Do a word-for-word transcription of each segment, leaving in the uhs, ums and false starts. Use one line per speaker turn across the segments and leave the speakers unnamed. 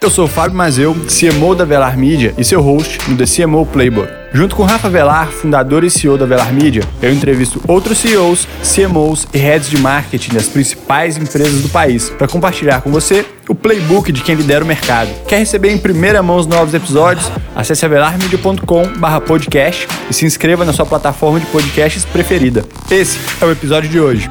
Eu sou o Fábio Mazeu, C M O da Velar Mídia e seu host no The C M O Playbook. Junto com Rafa Velar, fundador e C E O da Velar Mídia, eu entrevisto outros C E Os, C M Os e heads de marketing das principais empresas do país para compartilhar com você o playbook de quem lidera o mercado. Quer receber em primeira mão os novos episódios? Acesse avelarmedia ponto com barra podcast e se inscreva na sua plataforma de podcasts preferida. Esse é o episódio de hoje.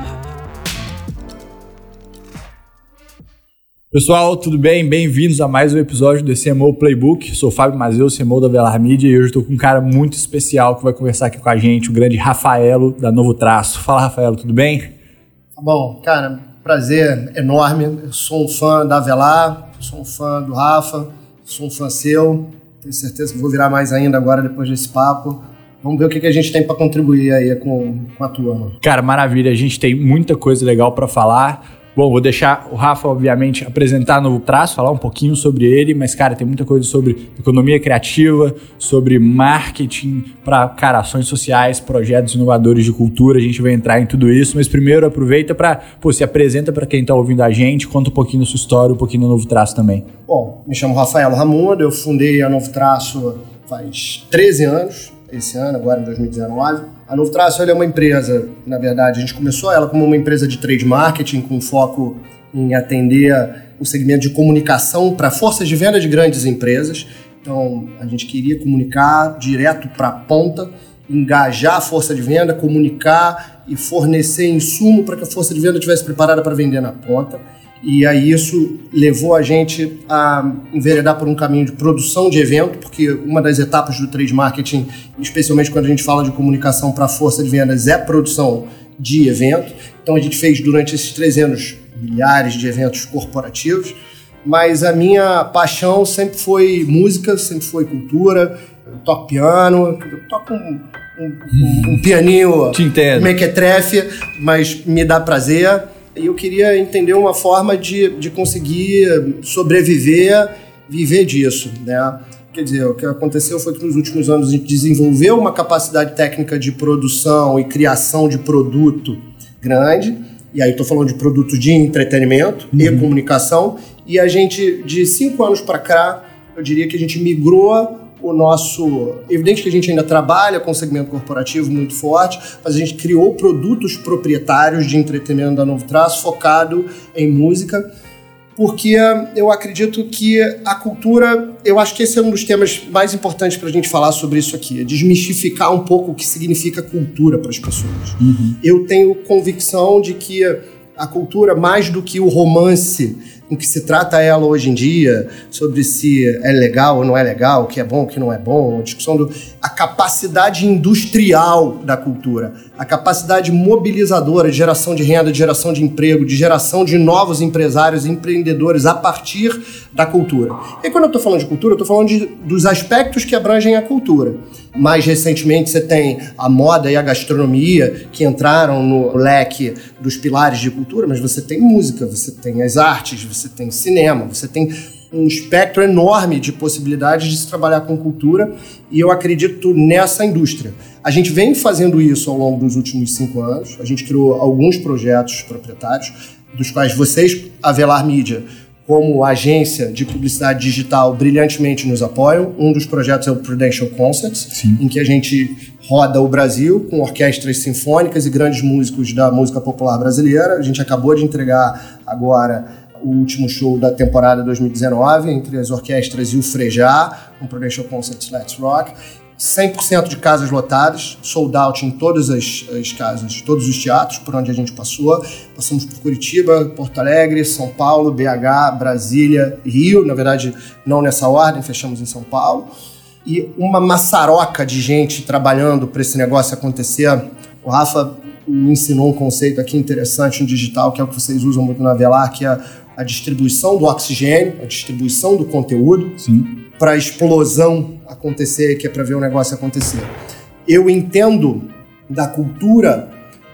Pessoal, tudo bem? Bem-vindos a mais um episódio do C M O Playbook. Sou o Fábio Mazeu, C M O da Velar Mídia, e hoje estou com um cara muito especial que vai conversar aqui com a gente, o grande Rafaelo, da Novo Traço. Fala, Rafaelo, tudo bem?
Tá bom, cara, prazer enorme. Eu sou um fã da Velar, sou um fã do Rafa, sou um fã seu. Tenho certeza que vou virar mais ainda agora depois desse papo. Vamos ver o que a gente tem para contribuir aí com, com a turma.
Cara, maravilha. A gente tem muita coisa legal para falar. Bom, vou deixar o Rafa, obviamente, apresentar o Novo Traço, falar um pouquinho sobre ele, mas, cara, tem muita coisa sobre economia criativa, sobre marketing para, cara, ações sociais, projetos inovadores de cultura. A gente vai entrar em tudo isso, mas primeiro aproveita para, pô, se apresenta para quem está ouvindo a gente, conta um pouquinho da sua história, um pouquinho do Novo Traço também.
Bom, me chamo Rafaelo Ramundo, eu fundei a Novo Traço faz treze anos, esse ano, agora em dois mil e dezenove. A Novo Traço é uma empresa, na verdade, a gente começou ela como uma empresa de trade marketing, com foco em atender o segmento de comunicação para forças de venda de grandes empresas. Então, a gente queria comunicar direto para a ponta, engajar a força de venda, comunicar e fornecer insumo para que a força de venda estivesse preparada para vender na ponta. E aí isso levou a gente a enveredar por um caminho de produção de evento, porque uma das etapas do trade marketing, especialmente quando a gente fala de comunicação para a força de vendas, é produção de evento. Então a gente fez durante esses três anos milhares de eventos corporativos, mas a minha paixão sempre foi música, sempre foi cultura. Eu toco piano, eu toco um, um, um, um pianinho mequetrefe, mas me dá prazer. E eu queria entender uma forma de, de conseguir sobreviver, viver disso, né? Quer dizer, o que aconteceu foi que nos últimos anos a gente desenvolveu uma capacidade técnica de produção e criação de produto grande, e aí estou falando de produto de entretenimento uhum. e comunicação, e a gente, de cinco anos para cá, eu diria que a gente migrou o nosso... Evidente que a gente ainda trabalha com o segmento corporativo muito forte, mas a gente criou produtos proprietários de entretenimento da Novo Traço focado em música, porque eu acredito que a cultura... Eu acho que esse é um dos temas mais importantes para a gente falar sobre isso aqui, é desmistificar um pouco o que significa cultura para as pessoas. Uhum. Eu tenho convicção de que a cultura, mais do que o romance com que se trata ela hoje em dia, sobre se é legal ou não é legal, o que é bom, o que não é bom, a discussão do... a capacidade industrial da cultura, a capacidade mobilizadora de geração de renda, de geração de emprego, de geração de novos empresários e empreendedores a partir da cultura. E quando eu estou falando de cultura, eu estou falando de, dos aspectos que abrangem a cultura. Mais recentemente você tem a moda e a gastronomia que entraram no leque dos pilares de cultura, mas você tem música, você tem as artes, você tem cinema, você tem um espectro enorme de possibilidades de se trabalhar com cultura, e eu acredito nessa indústria. A gente vem fazendo isso ao longo dos últimos cinco anos, a gente criou alguns projetos proprietários, dos quais vocês, a Velar Mídia, como agência de publicidade digital, brilhantemente nos apoiam. Um dos projetos é o Prudential Concerts, Sim. em que a gente roda o Brasil com orquestras sinfônicas e grandes músicos da música popular brasileira. A gente acabou de entregar agora o último show da temporada dois mil e dezenove, entre as orquestras e o Frejá, um Prudential Concerts Let's Rock. cem por cento de casas lotadas, sold out em todas as, as casas, todos os teatros por onde a gente passou. Passamos por Curitiba, Porto Alegre, São Paulo, B H, Brasília, Rio. Na verdade, não nessa ordem, fechamos em São Paulo. E uma maçaroca de gente trabalhando para esse negócio acontecer. O Rafa me ensinou um conceito aqui interessante no digital, que é o que vocês usam muito na Velar, que é a distribuição do oxigênio, a distribuição do conteúdo para a explosão acontecer, que é para ver o negócio acontecer. Eu entendo da cultura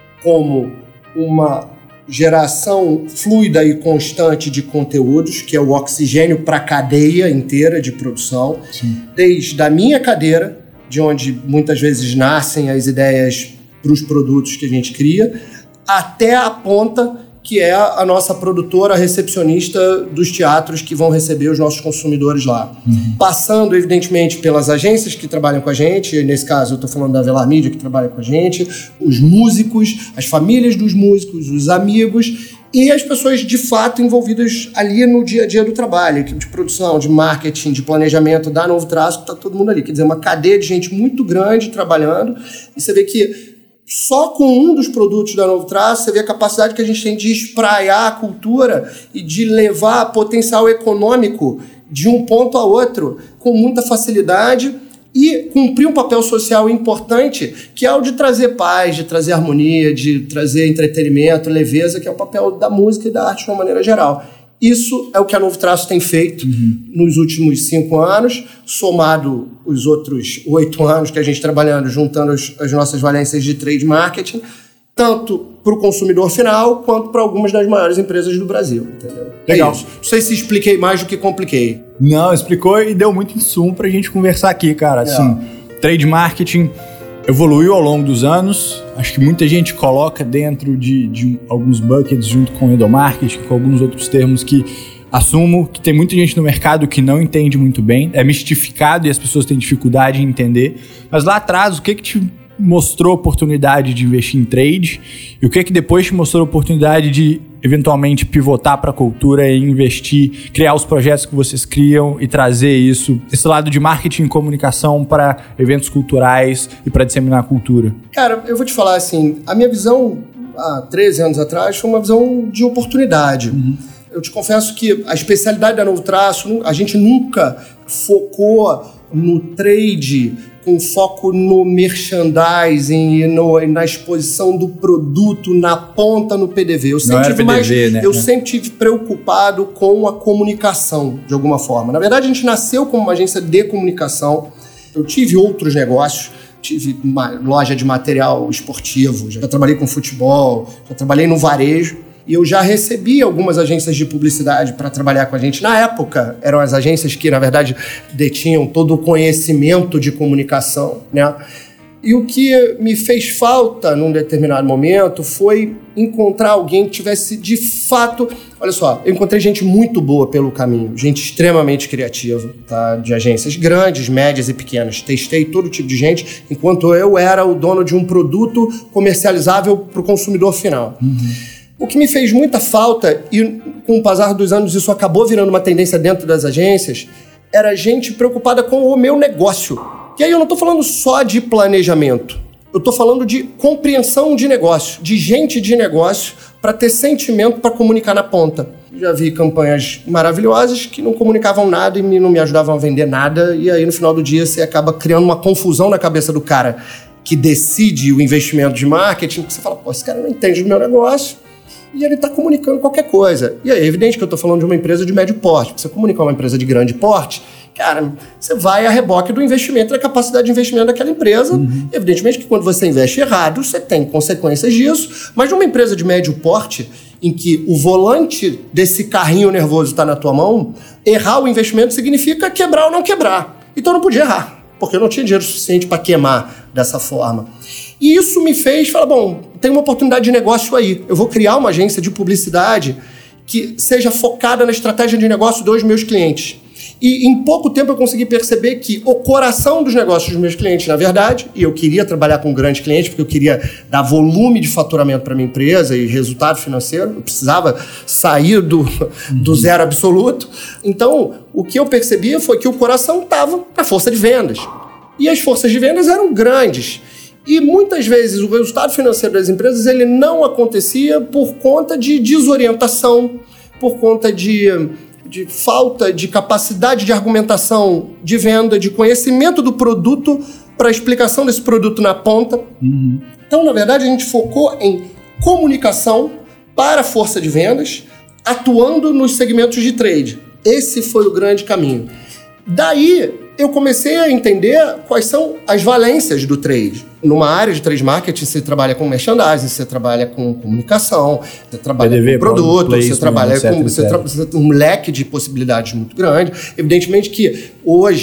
como uma geração fluida e constante de conteúdos, que é o oxigênio para a cadeia inteira de produção, Sim. desde a minha cadeira, de onde muitas vezes nascem as ideias para os produtos que a gente cria, até a ponta, que é a nossa produtora, a recepcionista dos teatros que vão receber os nossos consumidores lá. Uhum. Passando, evidentemente, pelas agências que trabalham com a gente, nesse caso eu estou falando da Velar Mídia, que trabalha com a gente, os músicos, as famílias dos músicos, os amigos e as pessoas, de fato, envolvidas ali no dia a dia do trabalho, equipe de produção, de marketing, de planejamento da Novo Traço, está todo mundo ali. Quer dizer, uma cadeia de gente muito grande trabalhando, e você vê que só com um dos produtos da Novo Traço, você vê a capacidade que a gente tem de espraiar a cultura e de levar potencial econômico de um ponto a outro com muita facilidade e cumprir um papel social importante, que é o de trazer paz, de trazer harmonia, de trazer entretenimento, leveza, que é o papel da música e da arte de uma maneira geral. Isso é o que a Novo Traço tem feito uhum. nos últimos cinco anos, somado os outros oito anos que a gente trabalhando, juntando as, as nossas valências de trade marketing, tanto para o consumidor final, quanto para algumas das maiores empresas do Brasil. Entendeu?
Legal.
É isso. Não sei se expliquei mais do que compliquei.
Não, explicou e deu muito insumo para a gente conversar aqui, cara. Assim, é. Trade marketing evoluiu ao longo dos anos. Acho que muita gente coloca dentro de, de alguns buckets junto com o endomarketing, com alguns outros termos que assumo que tem muita gente no mercado que não entende muito bem, é mistificado e as pessoas têm dificuldade em entender. Mas lá atrás, o que que te mostrou a oportunidade de investir em trade e o que que depois te mostrou a oportunidade de eventualmente pivotar para a cultura e investir, criar os projetos que vocês criam e trazer isso, esse lado de marketing e comunicação para eventos culturais e para disseminar a cultura?
Cara, eu vou te falar assim, a minha visão há treze anos atrás foi uma visão de oportunidade. Uhum. Eu te confesso que a especialidade da Novo Traço, a gente nunca focou no trade com foco no merchandising e no, na exposição do produto na ponta, no P D V. Eu sempre, tive, mais,
P D V, né?
eu sempre tive preocupado com a comunicação, de alguma forma. Na verdade, a gente nasceu como uma agência de comunicação. Eu tive outros negócios. Tive uma loja de material esportivo, já trabalhei com futebol, já trabalhei no varejo. E eu já recebi algumas agências de publicidade para trabalhar com a gente. Na época, eram as agências que, na verdade, detinham todo o conhecimento de comunicação, né? E o que me fez falta num determinado momento foi encontrar alguém que tivesse, de fato... Olha só, eu encontrei gente muito boa pelo caminho, gente extremamente criativa, tá? De agências grandes, médias e pequenas. Testei todo tipo de gente, enquanto eu era o dono de um produto comercializável para o consumidor final. Uhum. O que me fez muita falta, e com o passar dos anos isso acabou virando uma tendência dentro das agências, era gente preocupada com o meu negócio. E aí eu não estou falando só de planejamento, eu estou falando de compreensão de negócio, de gente de negócio, para ter sentimento para comunicar na ponta. Já vi campanhas maravilhosas que não comunicavam nada e não me ajudavam a vender nada, e aí no final do dia você acaba criando uma confusão na cabeça do cara que decide o investimento de marketing, que você fala, pô, esse cara não entende do meu negócio, e ele está comunicando qualquer coisa. E é evidente que eu estou falando de uma empresa de médio porte. Você comunicar uma empresa de grande porte, cara, você vai a reboque do investimento, da capacidade de investimento daquela empresa. Uhum. Evidentemente que quando você investe errado, você tem consequências disso. Mas numa empresa de médio porte, em que o volante desse carrinho nervoso está na tua mão, errar o investimento significa quebrar ou não quebrar. Então eu não podia errar, porque eu não tinha dinheiro suficiente para queimar dessa forma. E isso me fez falar, bom, tem uma oportunidade de negócio aí. Eu vou criar uma agência de publicidade que seja focada na estratégia de negócio dos meus clientes. E em pouco tempo eu consegui perceber que o coração dos negócios dos meus clientes, na verdade, e eu queria trabalhar com grandes clientes, porque eu queria dar volume de faturamento para minha empresa e resultado financeiro, eu precisava sair do, do zero absoluto. Então, o que eu percebia foi que o coração estava na força de vendas. E as forças de vendas eram grandes. E muitas vezes o resultado financeiro das empresas ele não acontecia por conta de desorientação, por conta de, de falta de capacidade de argumentação de venda, de conhecimento do produto para a explicação desse produto na ponta. Uhum. Então, na verdade, a gente focou em comunicação para a força de vendas, atuando nos segmentos de trade. Esse foi o grande caminho. Daí, eu comecei a entender quais são as valências do trade. Numa área de trade marketing, você trabalha com merchandising, você trabalha com comunicação, você trabalha P D V, com produto, você trabalha com você tra- você tem um leque de possibilidades muito grande. Evidentemente que hoje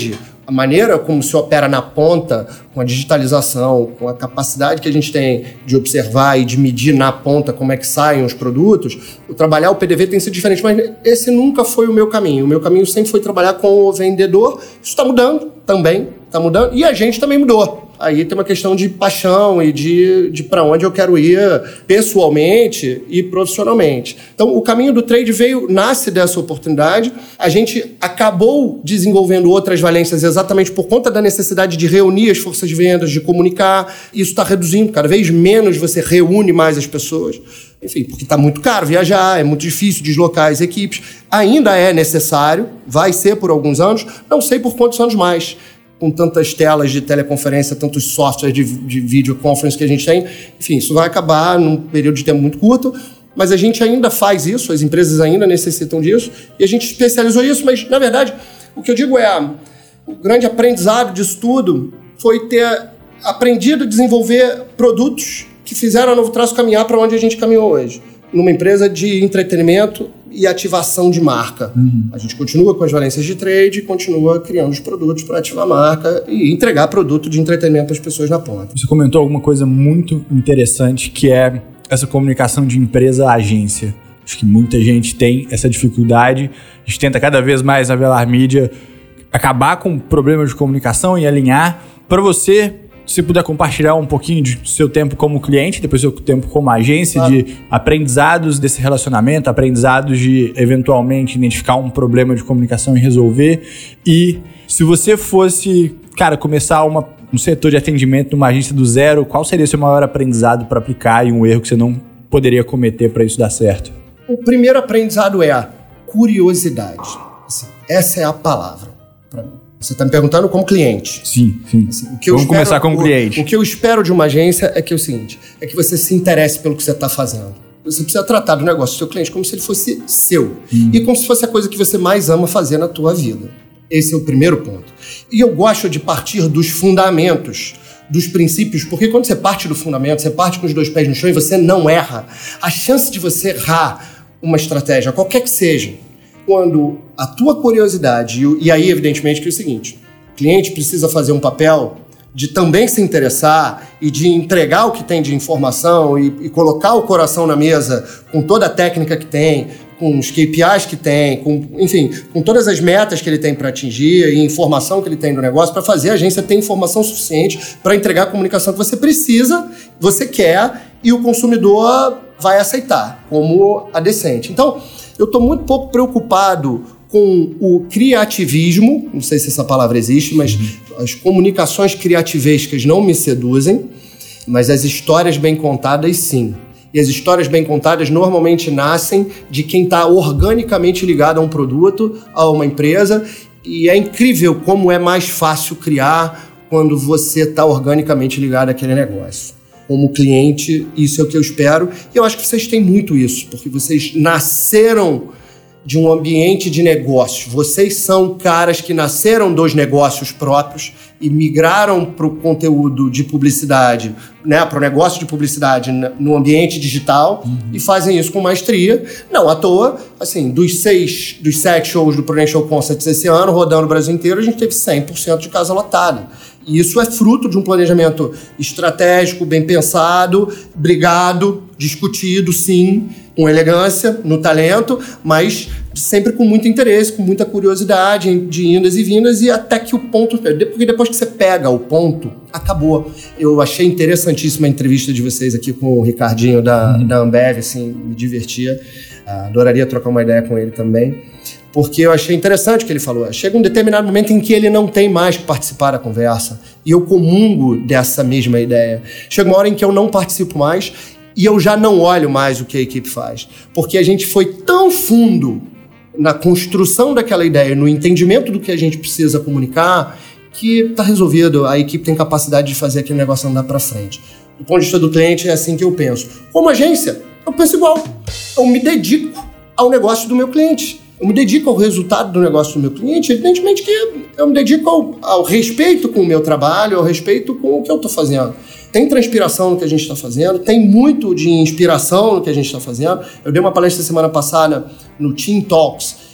a maneira como se opera na ponta, com a digitalização, com a capacidade que a gente tem de observar e de medir na ponta como é que saem os produtos, o trabalhar o P D V tem sido diferente, mas esse nunca foi o meu caminho. O meu caminho sempre foi trabalhar com o vendedor. Isso está mudando também, está mudando, e a gente também mudou. Aí tem uma questão de paixão e de, de para onde eu quero ir pessoalmente e profissionalmente. Então, o caminho do trade veio, nasce dessa oportunidade. A gente acabou desenvolvendo outras valências exatamente por conta da necessidade de reunir as forças de vendas, de comunicar. Isso está reduzindo. Cada vez menos você reúne mais as pessoas. Enfim, porque está muito caro viajar, é muito difícil deslocar as equipes. Ainda é necessário, vai ser por alguns anos, não sei por quantos anos mais. Com tantas telas de teleconferência, tantos softwares de, de videoconference que a gente tem. Enfim, isso vai acabar num período de tempo muito curto, mas a gente ainda faz isso, as empresas ainda necessitam disso, e a gente especializou isso, mas, na verdade, o que eu digo é, o grande aprendizado disso tudo foi ter aprendido a desenvolver produtos que fizeram a Novo Traço caminhar para onde a gente caminhou hoje. Numa empresa de entretenimento e ativação de marca. Uhum. A gente continua com as valências de trade, continua criando os produtos para ativar a marca e entregar produto de entretenimento para as pessoas na ponta.
Você comentou alguma coisa muito interessante, que é essa comunicação de empresa a agência. Acho que muita gente tem essa dificuldade. A gente tenta cada vez mais na Velar Mídia acabar com problemas de comunicação e alinhar. Para você, se puder compartilhar um pouquinho do seu tempo como cliente, depois do seu tempo como agência, claro, de aprendizados desse relacionamento, aprendizados de, eventualmente, identificar um problema de comunicação e resolver. E se você fosse, cara, começar uma, um setor de atendimento numa agência do zero, qual seria o seu maior aprendizado para aplicar e um erro que você não poderia cometer para isso dar certo?
O primeiro aprendizado é a curiosidade. Assim, essa é a palavra para mim. Você está me perguntando como cliente.
Sim, sim.
Assim, o que eu
Vamos
espero,
começar como
o,
cliente.
O que eu espero de uma agência é que é o seguinte, é que você se interesse pelo que você está fazendo. Você precisa tratar do negócio do seu cliente como se ele fosse seu. Hum. E como se fosse a coisa que você mais ama fazer na tua vida. Esse é o primeiro ponto. E eu gosto de partir dos fundamentos, dos princípios, porque quando você parte do fundamento, você parte com os dois pés no chão e você não erra. A chance de você errar uma estratégia, qualquer que seja, quando a tua curiosidade, e aí evidentemente que é o seguinte, o cliente precisa fazer um papel de também se interessar e de entregar o que tem de informação e, e colocar o coração na mesa com toda a técnica que tem, com os K P Is que tem, com, enfim, com todas as metas que ele tem para atingir e informação que ele tem do negócio, para fazer a agência ter informação suficiente para entregar a comunicação que você precisa, você quer e o consumidor vai aceitar como a decente. Então, eu estou muito pouco preocupado com o criativismo, não sei se essa palavra existe, mas as comunicações criativescas não me seduzem, mas as histórias bem contadas, sim. E as histórias bem contadas normalmente nascem de quem está organicamente ligado a um produto, a uma empresa, e é incrível como é mais fácil criar quando você está organicamente ligado àquele negócio. Como cliente, isso é o que eu espero. E eu acho que vocês têm muito isso, porque vocês nasceram de um ambiente de negócio. Vocês são caras que nasceram dos negócios próprios e migraram para o conteúdo de publicidade, né, para o negócio de publicidade no ambiente digital, uhum, e fazem isso com maestria. Não à toa, assim, dos seis, dos sete shows do Prudential Concepts esse ano, rodando o Brasil inteiro, a gente teve cem por cento de casa lotada. E isso é fruto de um planejamento estratégico, bem pensado, brigado, discutido, sim, com elegância, no talento, mas sempre com muito interesse, com muita curiosidade de indas e vindas, e até que o ponto... Porque depois que você pega o ponto, acabou. Eu achei interessantíssima a entrevista de vocês aqui com o Ricardinho da, uhum. da Ambev, assim, me divertia. Adoraria trocar uma ideia com ele também, porque eu achei interessante o que ele falou. Chega um determinado momento em que ele não tem mais que participar da conversa, e eu comungo dessa mesma ideia. Chega uma hora em que eu não participo mais, e eu já não olho mais o que a equipe faz, porque a gente foi tão fundo na construção daquela ideia, no entendimento do que a gente precisa comunicar, que está resolvido, a equipe tem capacidade de fazer aquele negócio andar para frente. Do ponto de vista do cliente, é assim que eu penso. Como agência, eu penso igual. Eu me dedico ao negócio do meu cliente. Eu me dedico ao resultado do negócio do meu cliente. Evidentemente que eu me dedico ao, ao respeito com o meu trabalho, ao respeito com o que eu estou fazendo. Tem transpiração no que a gente está fazendo, tem muito de inspiração no que a gente está fazendo. Eu dei uma palestra semana passada no Team Talks,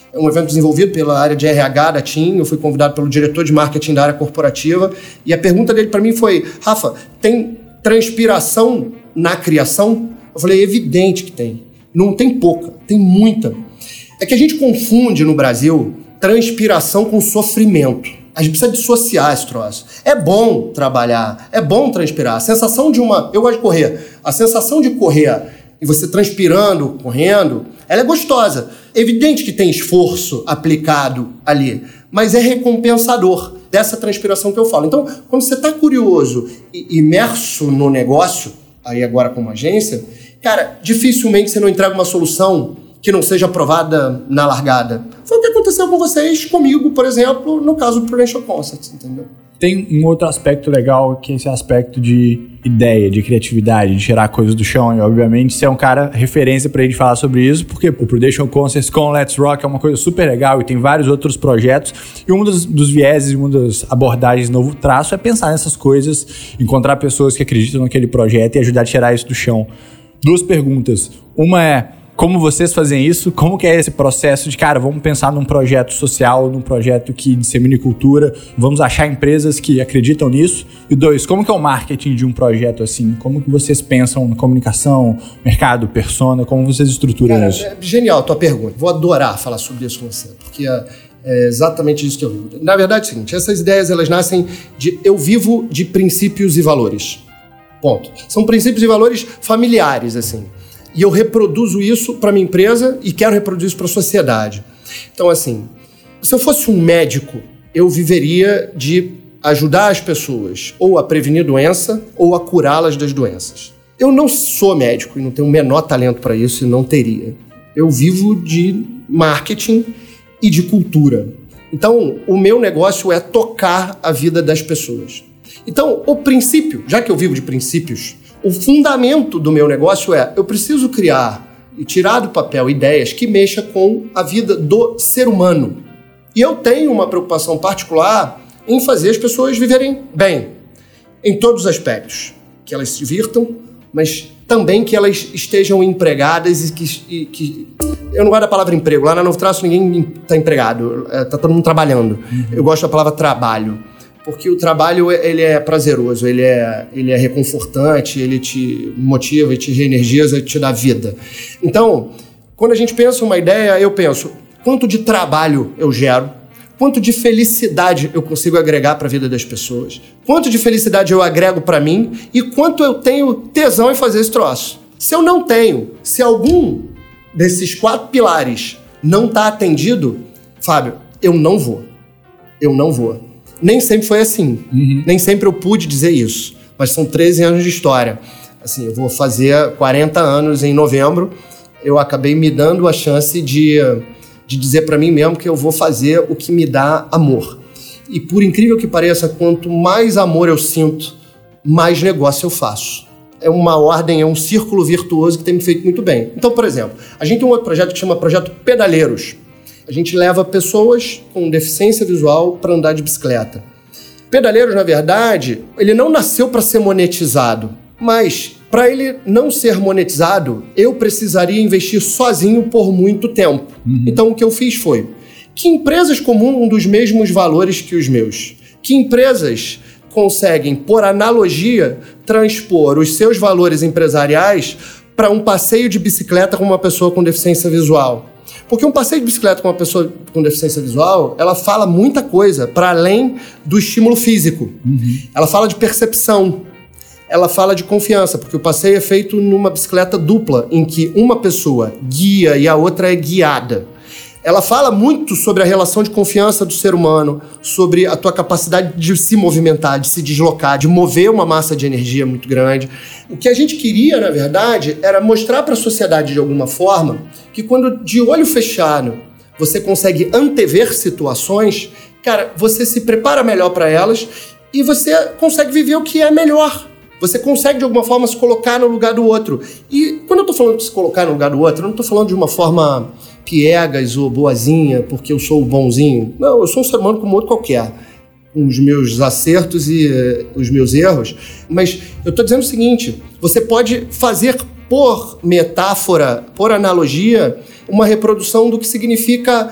É um evento desenvolvido pela área de R H da TIM. Eu fui convidado pelo diretor de marketing da área corporativa. E a pergunta dele para mim foi: Rafa, tem transpiração na criação? Eu falei: evidente que tem. Não tem pouca, tem muita. É que a gente confunde no Brasil transpiração com sofrimento. A gente precisa dissociar esse troço. É bom trabalhar, é bom transpirar. A sensação de uma... Eu gosto de correr. A sensação de correr e você transpirando, correndo, ela é gostosa. Evidente que tem esforço aplicado ali, mas é recompensador dessa transpiração que eu falo. Então, quando você está curioso e imerso no negócio, aí agora como agência, cara, dificilmente você não entrega uma solução que não seja aprovada na largada. Foi o que aconteceu com vocês, comigo, por exemplo, no caso do Prudential Concepts, entendeu?
Tem um outro aspecto legal, que é esse aspecto de ideia, de criatividade, de tirar coisas do chão. E, obviamente, você é um cara referência pra gente falar sobre isso, porque o Prudential Concepts com Let's Rock é uma coisa super legal e tem vários outros projetos. E um dos, dos vieses, uma das abordagens do Novo Traço é pensar nessas coisas, encontrar pessoas que acreditam naquele projeto e ajudar a tirar isso do chão. Duas perguntas. Uma é: como vocês fazem isso? Como que é esse processo de, cara, vamos pensar num projeto social, num projeto que dissemine cultura, vamos achar empresas que acreditam nisso? E dois, como que é o marketing de um projeto assim? Como que vocês pensam na comunicação, mercado, persona? Como vocês estruturam
Cara,
isso?
É genial a tua pergunta. Vou adorar falar sobre isso com você, porque é, é exatamente isso que eu vivo. Na verdade é o seguinte, essas ideias elas nascem de... Eu vivo de princípios e valores. Ponto. São princípios e valores familiares, assim. E eu reproduzo isso para minha empresa e quero reproduzir isso para a sociedade. Então, assim, se eu fosse um médico, eu viveria de ajudar as pessoas ou a prevenir doença ou a curá-las das doenças. Eu não sou médico e não tenho o menor talento para isso e não teria. Eu vivo de marketing e de cultura. Então, o meu negócio é tocar a vida das pessoas. Então, o princípio, já que eu vivo de princípios, o fundamento do meu negócio é: eu preciso criar e tirar do papel ideias que mexam com a vida do ser humano. E eu tenho uma preocupação particular em fazer as pessoas viverem bem, em todos os aspectos. Que elas se divirtam, mas também que elas estejam empregadas e que... E, que... Eu não gosto da palavra emprego. Lá na Novo Traço ninguém está empregado, está todo mundo trabalhando. Uhum. Eu gosto da palavra trabalho. Porque o trabalho, ele é prazeroso, ele é, ele é reconfortante, ele te motiva, te reenergiza, te dá vida. Então, quando a gente pensa uma ideia, eu penso: quanto de trabalho eu gero? Quanto de felicidade eu consigo agregar para a vida das pessoas? Quanto de felicidade eu agrego para mim? E quanto eu tenho tesão em fazer esse troço? Se eu não tenho, se algum desses quatro pilares não está atendido, Fábio, eu não vou. Eu não vou. Nem sempre foi assim. Uhum. Nem sempre eu pude dizer isso. Mas são treze anos de história. Assim, eu vou fazer quarenta anos em novembro. Eu acabei me dando a chance de, de dizer para mim mesmo que eu vou fazer o que me dá amor. E por incrível que pareça, quanto mais amor eu sinto, mais negócio eu faço. É uma ordem, é um círculo virtuoso que tem me feito muito bem. Então, por exemplo, a gente tem um outro projeto que chama Projeto Pedaleiros. A gente leva pessoas com deficiência visual para andar de bicicleta. Pedaleiros, na verdade, ele não nasceu para ser monetizado, mas para ele não ser monetizado, eu precisaria investir sozinho por muito tempo. Uhum. Então, o que eu fiz foi: que empresas comungam dos mesmos valores que os meus? Que empresas conseguem, por analogia, transpor os seus valores empresariais para um passeio de bicicleta com uma pessoa com deficiência visual? Porque um passeio de bicicleta com uma pessoa com deficiência visual, ela fala muita coisa para além do estímulo físico. Uhum. Ela fala de percepção, ela fala de confiança, porque o passeio é feito numa bicicleta dupla, em que uma pessoa guia e a outra é guiada. Ela fala muito sobre a relação de confiança do ser humano, sobre a tua capacidade de se movimentar, de se deslocar, de mover uma massa de energia muito grande. O que a gente queria, na verdade, era mostrar para a sociedade de alguma forma que quando de olho fechado você consegue antever situações, cara, você se prepara melhor para elas e você consegue viver o que é melhor. Você consegue, de alguma forma, se colocar no lugar do outro. E quando eu tô falando de se colocar no lugar do outro, eu não tô falando de uma forma piegas ou boazinha, porque eu sou o bonzinho. Não, eu sou um ser humano como outro qualquer, com os meus acertos e uh, os meus erros. Mas eu tô dizendo o seguinte: você pode fazer, por metáfora, por analogia, uma reprodução do que significa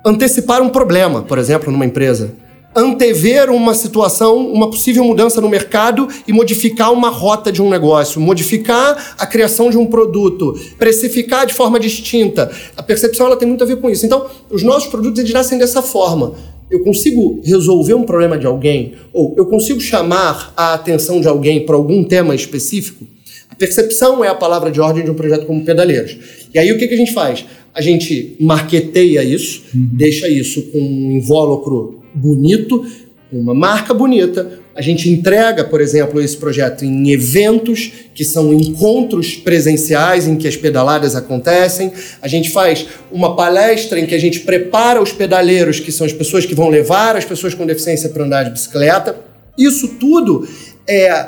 antecipar um problema, por exemplo, numa empresa. Antever uma situação, uma possível mudança no mercado e modificar uma rota de um negócio, modificar a criação de um produto, precificar de forma distinta. A percepção ela tem muito a ver com isso. Então, os nossos produtos eles nascem dessa forma. Eu consigo resolver um problema de alguém, ou eu consigo chamar a atenção de alguém para algum tema específico. A percepção é a palavra de ordem de um projeto como Pedaleiros. E aí o que, que a gente faz? A gente marketeia isso, uhum. deixa isso com um invólucro bonito, uma marca bonita. A gente entrega, por exemplo, esse projeto em eventos, que são encontros presenciais em que as pedaladas acontecem. A gente faz uma palestra em que a gente prepara os pedaleiros, que são as pessoas que vão levar as pessoas com deficiência para andar de bicicleta. Isso tudo é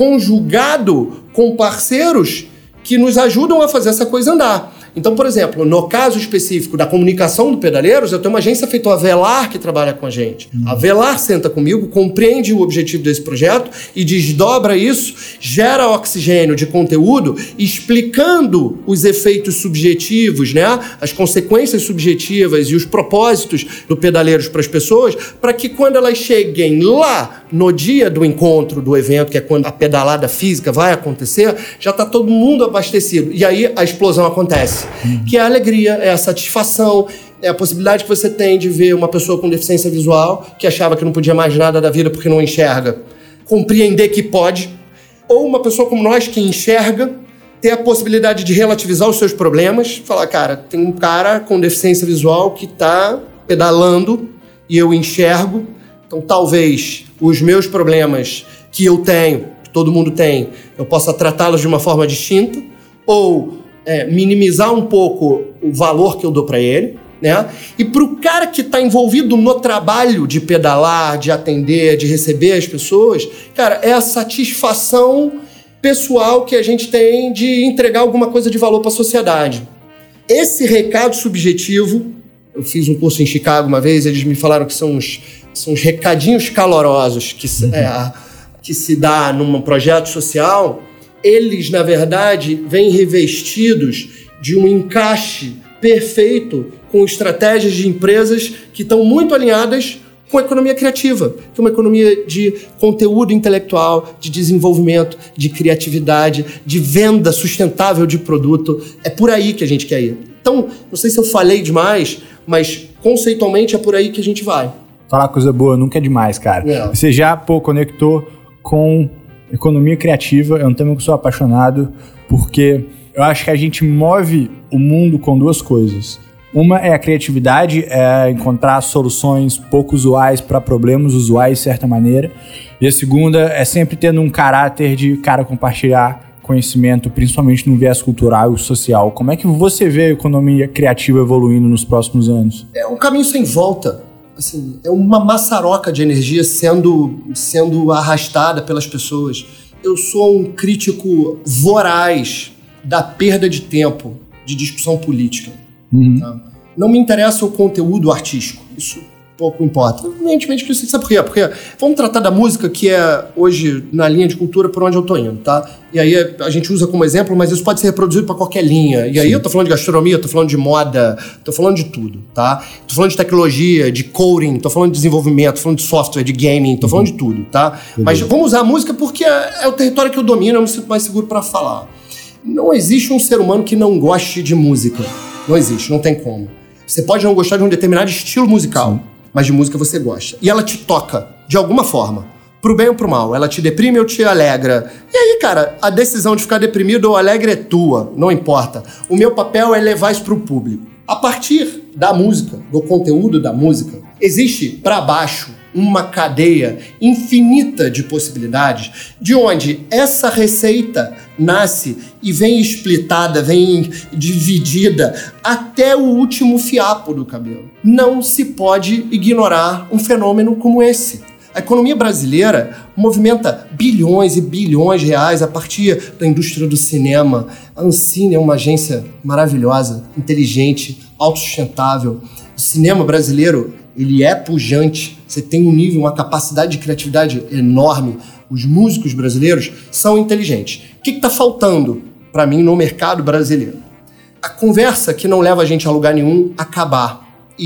conjugado com parceiros que nos ajudam a fazer essa coisa andar. Então, por exemplo, no caso específico da comunicação do Pedaleiros, eu tenho uma agência feita a Velar que trabalha com a gente. Uhum. A Velar senta comigo, compreende o objetivo desse projeto e desdobra isso, gera oxigênio de conteúdo, explicando os efeitos subjetivos, né? As consequências subjetivas e os propósitos do Pedaleiros para as pessoas, para que quando elas cheguem lá no dia do encontro, do evento, que é quando a pedalada física vai acontecer, já está todo mundo abastecido. E aí a explosão acontece. Uhum. Que é a alegria, é a satisfação, é a possibilidade que você tem de ver uma pessoa com deficiência visual que achava que não podia mais nada da vida porque não enxerga, compreender que pode, ou uma pessoa como nós que enxerga, ter a possibilidade de relativizar os seus problemas, falar, cara, tem um cara com deficiência visual que está pedalando e eu enxergo, então talvez os meus problemas que eu tenho, que todo mundo tem, eu possa tratá-los de uma forma distinta, ou É, minimizar um pouco o valor que eu dou para ele, né? E para o cara que está envolvido no trabalho de pedalar, de atender, de receber as pessoas, cara, é a satisfação pessoal que a gente tem de entregar alguma coisa de valor para a sociedade. Esse recado subjetivo, eu fiz um curso em Chicago uma vez, eles me falaram que são os, são os recadinhos calorosos que, uhum. é, que se dá num projeto social. Eles, na verdade, vêm revestidos de um encaixe perfeito com estratégias de empresas que estão muito alinhadas com a economia criativa, que é uma economia de conteúdo intelectual, de desenvolvimento, de criatividade, de venda sustentável de produto. É por aí que a gente quer ir. Então, não sei se eu falei demais, mas conceitualmente é por aí que a gente vai.
Falar coisa boa nunca é demais, cara. É. Você já, pô, conectou com economia criativa, é um tema que eu sou apaixonado, porque eu acho que a gente move o mundo com duas coisas. Uma é a criatividade, é encontrar soluções pouco usuais para problemas usuais de certa maneira. E a segunda é sempre tendo um caráter de cara compartilhar conhecimento, principalmente no viés cultural e social. Como é que você vê a economia criativa evoluindo nos próximos anos?
É um caminho sem volta. Assim, é uma maçaroca de energia sendo, sendo arrastada pelas pessoas. Eu sou um crítico voraz da perda de tempo de discussão política. Uhum. Tá? Não me interessa o conteúdo artístico. Isso pouco importa. Evidentemente que isso, sabe por quê? Porque vamos tratar da música, que é hoje na linha de cultura por onde eu tô indo, tá? E aí a gente usa como exemplo, mas isso pode ser reproduzido para qualquer linha. E aí Sim. eu tô falando de gastronomia, tô falando de moda, tô falando de tudo, tá? Tô falando de tecnologia, de coding, tô falando de desenvolvimento, tô falando de software, de gaming, tô uhum. falando de tudo, tá? Uhum. Mas vamos usar a música porque é, é o território que eu domino, eu me sinto mais seguro para falar. Não existe um ser humano que não goste de música. Não existe, não tem como. Você pode não gostar de um determinado estilo musical, Sim. mas de música você gosta. E ela te toca, de alguma forma. Pro bem ou pro mal. Ela te deprime ou te alegra. E aí, cara, a decisão de ficar deprimido ou alegre é tua. Não importa. O meu papel é levar isso pro público. A partir da música, do conteúdo da música, existe para baixo uma cadeia infinita de possibilidades, de onde essa receita nasce e vem explitada, vem dividida até o último fiapo do cabelo. Não se pode ignorar um fenômeno como esse. A economia brasileira movimenta bilhões e bilhões de reais a partir da indústria do cinema. A Ancine é uma agência maravilhosa, inteligente, autossustentável. O cinema brasileiro, ele é pujante. Você tem um nível, uma capacidade de criatividade enorme. Os músicos brasileiros são inteligentes. O que está faltando para mim no mercado brasileiro? A conversa que não leva a gente a lugar nenhum acabar. E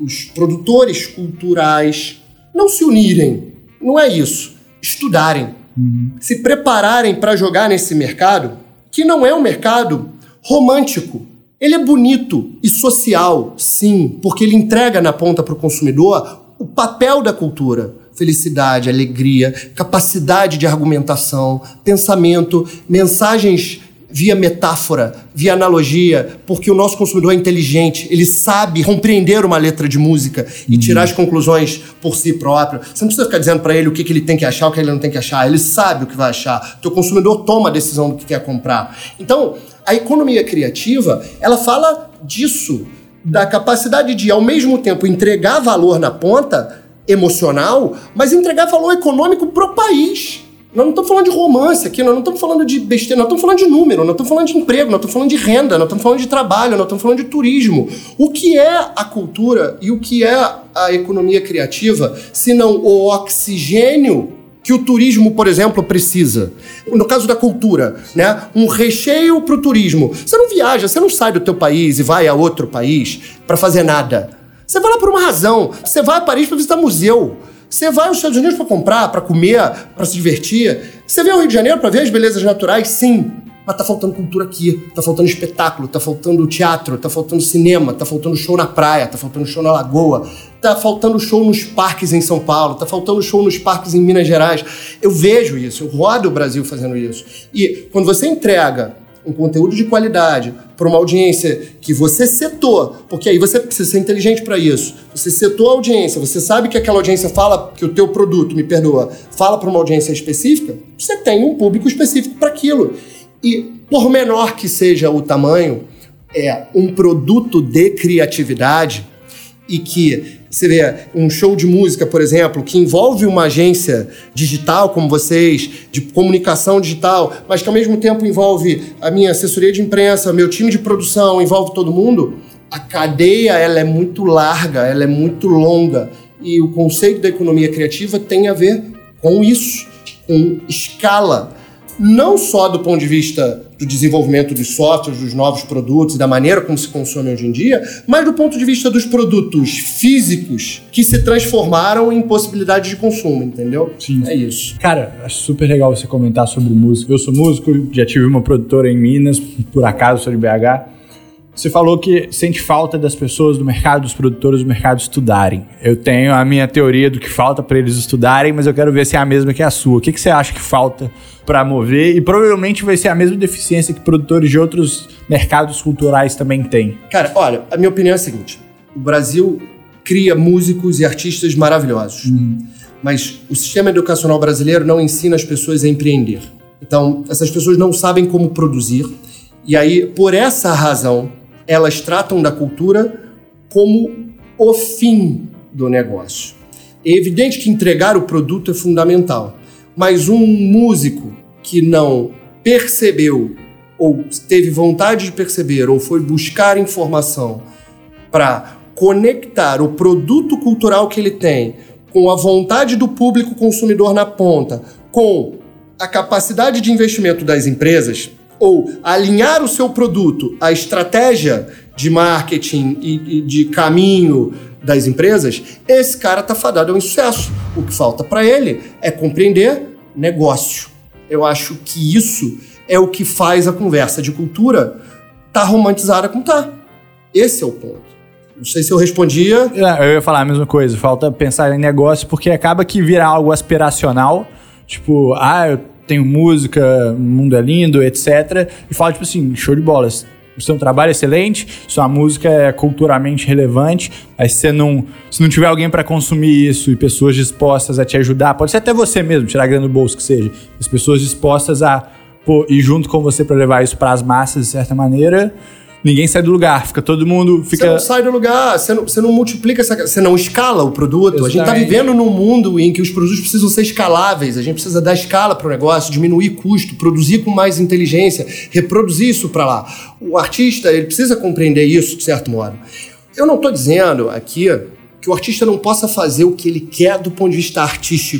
os produtores culturais não se unirem, não é isso, estudarem, uhum. se prepararem para jogar nesse mercado, que não é um mercado romântico. Ele é bonito e social, sim, porque ele entrega na ponta para o consumidor o papel da cultura. Felicidade, alegria, capacidade de argumentação, pensamento, mensagens via metáfora, via analogia, porque o nosso consumidor é inteligente, ele sabe compreender uma letra de música e tirar as conclusões por si próprio. Você não precisa ficar dizendo para ele o que, que ele tem que achar, o que ele não tem que achar. Ele sabe o que vai achar. O teu consumidor toma a decisão do que quer comprar. Então, a economia criativa, ela fala disso, da capacidade de, ao mesmo tempo, entregar valor na ponta emocional, mas entregar valor econômico pro país. Nós não estamos falando de romance aqui, nós não estamos falando de besteira, nós estamos falando de número, nós estamos falando de emprego, nós estamos falando de renda, nós estamos falando de trabalho, nós estamos falando de turismo. O que é a cultura e o que é a economia criativa, se não o oxigênio que o turismo, por exemplo, precisa? No caso da cultura, né? Um recheio para o turismo. Você não viaja, você não sai do teu país e vai a outro país para fazer nada. Você vai lá por uma razão. Você vai a Paris para visitar museu. Você vai aos Estados Unidos para comprar, para comer, para se divertir. Você vem ao Rio de Janeiro para ver as belezas naturais? Sim. Mas tá faltando cultura aqui. Tá faltando espetáculo, tá faltando teatro, tá faltando cinema, tá faltando show na praia, tá faltando show na lagoa, tá faltando show nos parques em São Paulo, tá faltando show nos parques em Minas Gerais. Eu vejo isso, eu rodo o Brasil fazendo isso. E quando você entrega um conteúdo de qualidade para uma audiência que você setou, porque aí você precisa ser inteligente para isso. Você setou a audiência, você sabe que aquela audiência fala, que o teu produto, me perdoa, fala para uma audiência específica, você tem um público específico para aquilo. E por menor que seja o tamanho, é um produto de criatividade e que, você vê, um show de música, por exemplo, que envolve uma agência digital como vocês, de comunicação digital, mas que ao mesmo tempo envolve a minha assessoria de imprensa, meu time de produção, envolve todo mundo, a cadeia ela é muito larga, ela é muito longa. E o conceito da economia criativa tem a ver com isso, com escala. Não só do ponto de vista do desenvolvimento dos softwares, dos novos produtos e da maneira como se consome hoje em dia, mas do ponto de vista dos produtos físicos que se transformaram em possibilidades de consumo, entendeu?
Sim.
É isso.
Cara, acho super legal você comentar sobre música. Eu sou músico, já tive uma produtora em Minas, por acaso sou de B H. Você falou que sente falta das pessoas do mercado, dos produtores do mercado estudarem. Eu tenho a minha teoria do que falta para eles estudarem, mas eu quero ver se é a mesma que a sua. O que, que você acha que falta para mover? E provavelmente vai ser a mesma deficiência que produtores de outros mercados culturais também têm.
Cara, olha, a minha opinião é a seguinte. O Brasil cria músicos e artistas maravilhosos. Uhum. Mas o sistema educacional brasileiro não ensina as pessoas a empreender. Então, essas pessoas não sabem como produzir. E aí, por essa razão, elas tratam da cultura como o fim do negócio. É evidente que entregar o produto é fundamental, mas um músico que não percebeu, ou teve vontade de perceber, ou foi buscar informação para conectar o produto cultural que ele tem com a vontade do público consumidor na ponta, com a capacidade de investimento das empresas, ou alinhar o seu produto à estratégia de marketing e, e de caminho das empresas, esse cara está fadado ao insucesso. O que falta para ele é compreender negócio. Eu acho que isso é o que faz a conversa de cultura tá romantizada como tá. Esse é o ponto. Não sei se eu respondia...
Eu ia falar a mesma coisa. Falta pensar em negócio, porque acaba que vira algo aspiracional. Tipo, ah, eu tenho música, o mundo é lindo, etcétera. E fala, tipo assim, show de bolas. O seu trabalho é excelente, sua música é culturalmente relevante, aí se você não, se não tiver alguém para consumir isso e pessoas dispostas a te ajudar, pode ser até você mesmo, tirar grana do bolso que seja, as pessoas dispostas a pô, ir junto com você para levar isso para as massas de certa maneira, ninguém sai do lugar, fica todo mundo... Fica...
Você não sai do lugar, você não, você não multiplica, essa, você não escala o produto. Exatamente. A gente está vivendo num mundo em que os produtos precisam ser escaláveis, a gente precisa dar escala para o negócio, diminuir custo, produzir com mais inteligência, reproduzir isso para lá. O artista, ele precisa compreender isso, de certo modo. Eu não estou dizendo aqui que o artista não possa fazer o que ele quer do ponto de vista artístico.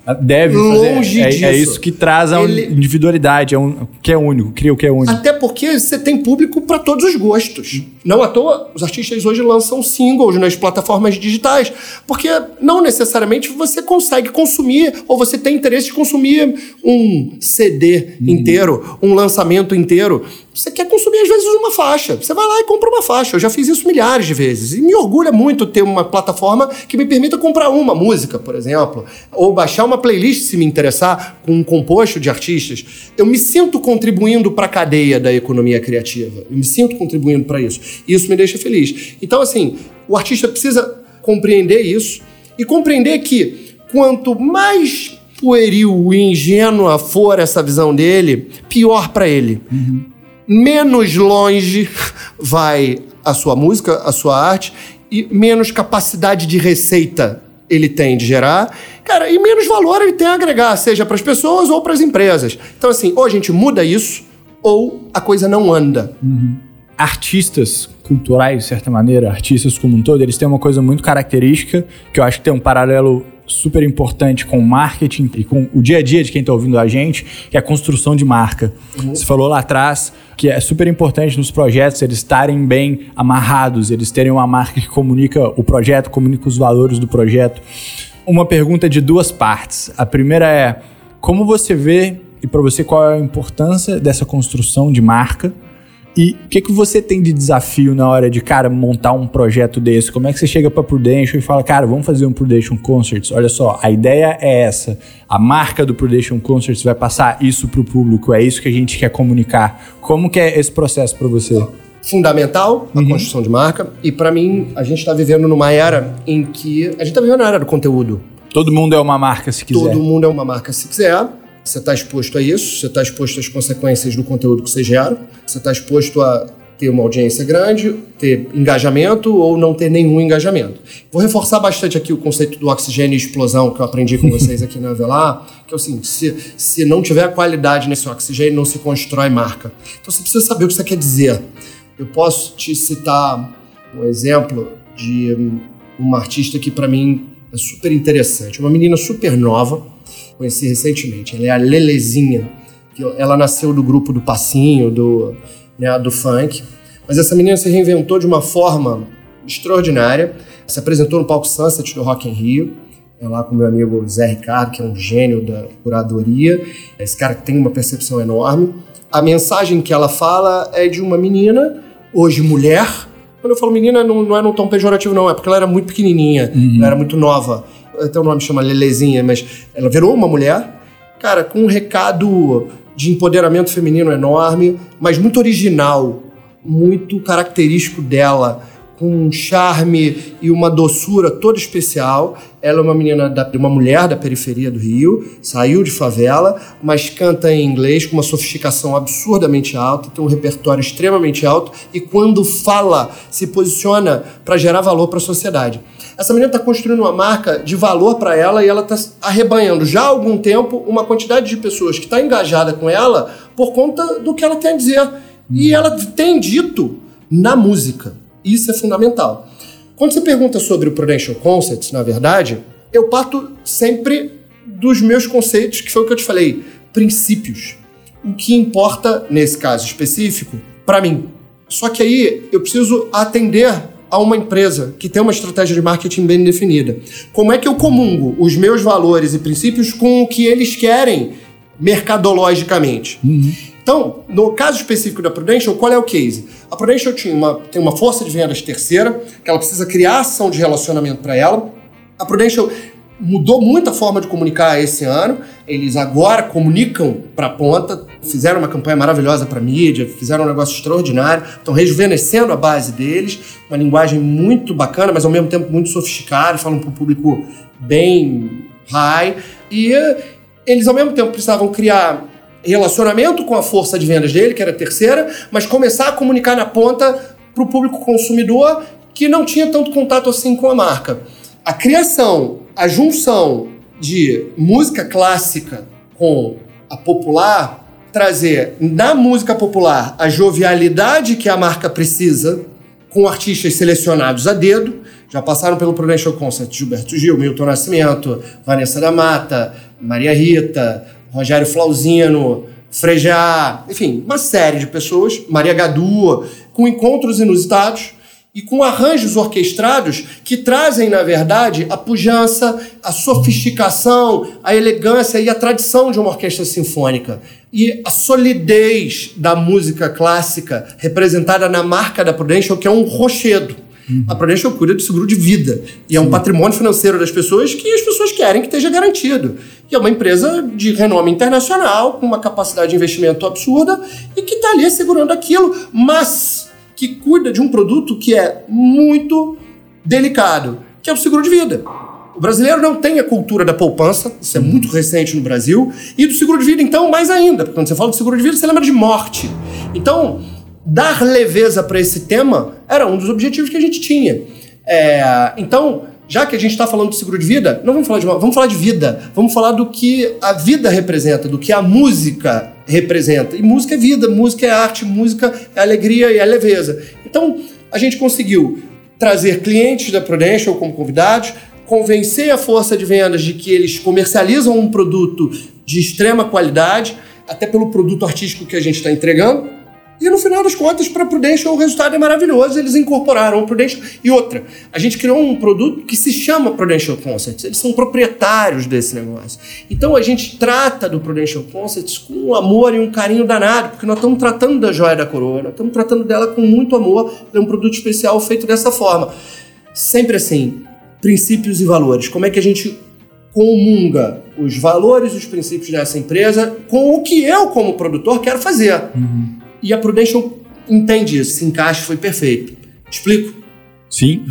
Deve
Longe
fazer.
disso.
É, é isso que traz a
Ele...
individualidade, é um, que é único, cria o que é único.
Até porque você tem público para todos os gostos. Não à toa, os artistas hoje lançam singles nas plataformas digitais, porque não necessariamente você consegue consumir, ou você tem interesse de consumir um C D hum. inteiro, um lançamento inteiro. Você quer consumir, às vezes, uma faixa. Você vai lá e compra uma faixa. Eu já fiz isso milhares de vezes. E me orgulha muito ter uma plataforma que me permita comprar uma música, por exemplo, ou baixar uma playlist, se me interessar, com um composto de artistas. Eu me sinto contribuindo para a cadeia da economia criativa. Eu me sinto contribuindo para isso. E isso me deixa feliz. Então, assim, o artista precisa compreender isso e compreender que quanto mais pueril e ingênua for essa visão dele, pior para ele. Uhum. Menos longe vai a sua música, a sua arte, e menos capacidade de receita ele tem de gerar, cara, e menos valor ele tem a agregar, seja para as pessoas ou para as empresas. Então, assim, ou a gente muda isso, ou a coisa não anda.
Uhum. Artistas culturais, de certa maneira, artistas como um todo, eles têm uma coisa muito característica, que eu acho que tem um paralelo super importante com o marketing e com o dia a dia de quem está ouvindo a gente, que é a construção de marca. Uhum. Você falou lá atrás que é super importante nos projetos eles estarem bem amarrados, eles terem uma marca que comunica o projeto, comunica os valores do projeto. Uma pergunta de duas partes. A primeira é, como você vê, e para você qual é a importância dessa construção de marca? E o que, que você tem de desafio na hora de, cara, montar um projeto desse? Como é que você chega para Prudential e fala, cara, vamos fazer um Prudential Concerts? Olha só, a ideia é essa. A marca do Prudential Concerts vai passar isso para o público. É isso que a gente quer comunicar. Como que é esse processo para você?
Fundamental, a uhum. construção de marca. E para mim, a gente está vivendo numa era em que... A gente está vivendo na era do conteúdo.
Todo mundo é uma marca se quiser.
Todo mundo é uma marca se quiser. Você está exposto a isso, você está exposto às consequências do conteúdo que você gera, você está exposto a ter uma audiência grande, ter engajamento ou não ter nenhum engajamento. Vou reforçar bastante aqui o conceito do oxigênio e explosão que eu aprendi com vocês aqui na Avelar, que é o seguinte, se, se não tiver qualidade nesse oxigênio, não se constrói marca. Então você precisa saber o que você quer dizer. Eu posso te citar um exemplo de uma artista que para mim é super interessante, uma menina super nova, conheci recentemente, ela é a Lelezinha, que ela nasceu do grupo do passinho, do, né, do funk, mas essa menina se reinventou de uma forma extraordinária, se apresentou no palco Sunset do Rock in Rio, é lá com meu amigo Zé Ricardo, que é um gênio da curadoria, esse cara que tem uma percepção enorme. A mensagem que ela fala é de uma menina, hoje mulher. Quando eu falo menina, não, não é não tão pejorativo não, é porque ela era muito pequenininha, uhum. ela era muito nova. Até o nome chama Lelezinha, mas ela virou uma mulher, cara, com um recado de empoderamento feminino enorme, mas muito original, muito característico dela, com um charme e uma doçura toda especial. Ela é uma menina, da, uma mulher da periferia do Rio, saiu de favela, mas canta em inglês com uma sofisticação absurdamente alta, tem um repertório extremamente alto e quando fala, se posiciona para gerar valor para a sociedade. Essa menina está construindo uma marca de valor para ela e ela está arrebanhando já há algum tempo uma quantidade de pessoas que está engajada com ela por conta do que ela tem a dizer. E ela tem dito na música. Isso é fundamental. Quando você pergunta sobre o Prudential Concerts, na verdade, eu parto sempre dos meus conceitos, que foi o que eu te falei, princípios. O que importa, nesse caso específico, para mim. Só que aí eu preciso atender a uma empresa que tem uma estratégia de marketing bem definida. Como é que eu comungo os meus valores e princípios com o que eles querem mercadologicamente? Uhum. Então, no caso específico da Prudential, qual é o case? A Prudential tinha uma, tem uma força de vendas terceira, que ela precisa criar ação de relacionamento para ela. A Prudential mudou muito a forma de comunicar esse ano. Eles agora comunicam para a ponta, fizeram uma campanha maravilhosa para a mídia, fizeram um negócio extraordinário, estão rejuvenescendo a base deles, uma linguagem muito bacana, mas ao mesmo tempo muito sofisticada, falam para um público bem high. E eles ao mesmo tempo precisavam criar relacionamento com a força de vendas dele, que era a terceira, mas começar a comunicar na ponta para o público consumidor que não tinha tanto contato assim com a marca. A criação, a junção de música clássica com a popular, trazer na música popular a jovialidade que a marca precisa, com artistas selecionados a dedo, já passaram pelo Prudential Concert Gilberto Gil, Milton Nascimento, Vanessa da Mata, Maria Rita, Rogério Flauzino, Frejá, enfim, uma série de pessoas, Maria Gadu, com encontros inusitados e com arranjos orquestrados que trazem, na verdade, a pujança, a sofisticação, a elegância e a tradição de uma orquestra sinfônica. E a solidez da música clássica representada na marca da Prudential, que é um rochedo. Uhum. A Prudential cuida do seguro de vida. E Sim. é um patrimônio financeiro das pessoas que as pessoas querem que esteja garantido. E é uma empresa de renome internacional, com uma capacidade de investimento absurda e que está ali segurando aquilo, mas que cuida de um produto que é muito delicado, que é o seguro de vida. O brasileiro não tem a cultura da poupança, isso é muito recente no Brasil, e do seguro de vida, então, mais ainda, porque quando você fala de seguro de vida, você lembra de morte. Então, dar leveza para esse tema era um dos objetivos que a gente tinha. É, então, já que a gente está falando de seguro de vida, não vamos falar de morte, vamos falar de vida, vamos falar do que a vida representa, do que a música representa. E música é vida, música é arte, música é alegria e é leveza. Então, a gente conseguiu trazer clientes da Prudential como convidados, convencer a força de vendas de que eles comercializam um produto de extrema qualidade, até pelo produto artístico que a gente está entregando. E no final das contas, para a Prudential, o resultado é maravilhoso. Eles incorporaram o Prudential. E outra, a gente criou um produto que se chama Prudential Concerts. Eles são proprietários desse negócio. Então a gente trata do Prudential Concerts com um amor e um carinho danado, porque nós estamos tratando da joia da coroa, nós estamos tratando dela com muito amor. É um produto especial feito dessa forma. Sempre assim, princípios e valores. Como é que a gente comunga os valores e os princípios dessa empresa com o que eu, como produtor, quero fazer. Uhum. E a Prudential entende isso. Esse encaixe foi perfeito. Te explico?
Sim.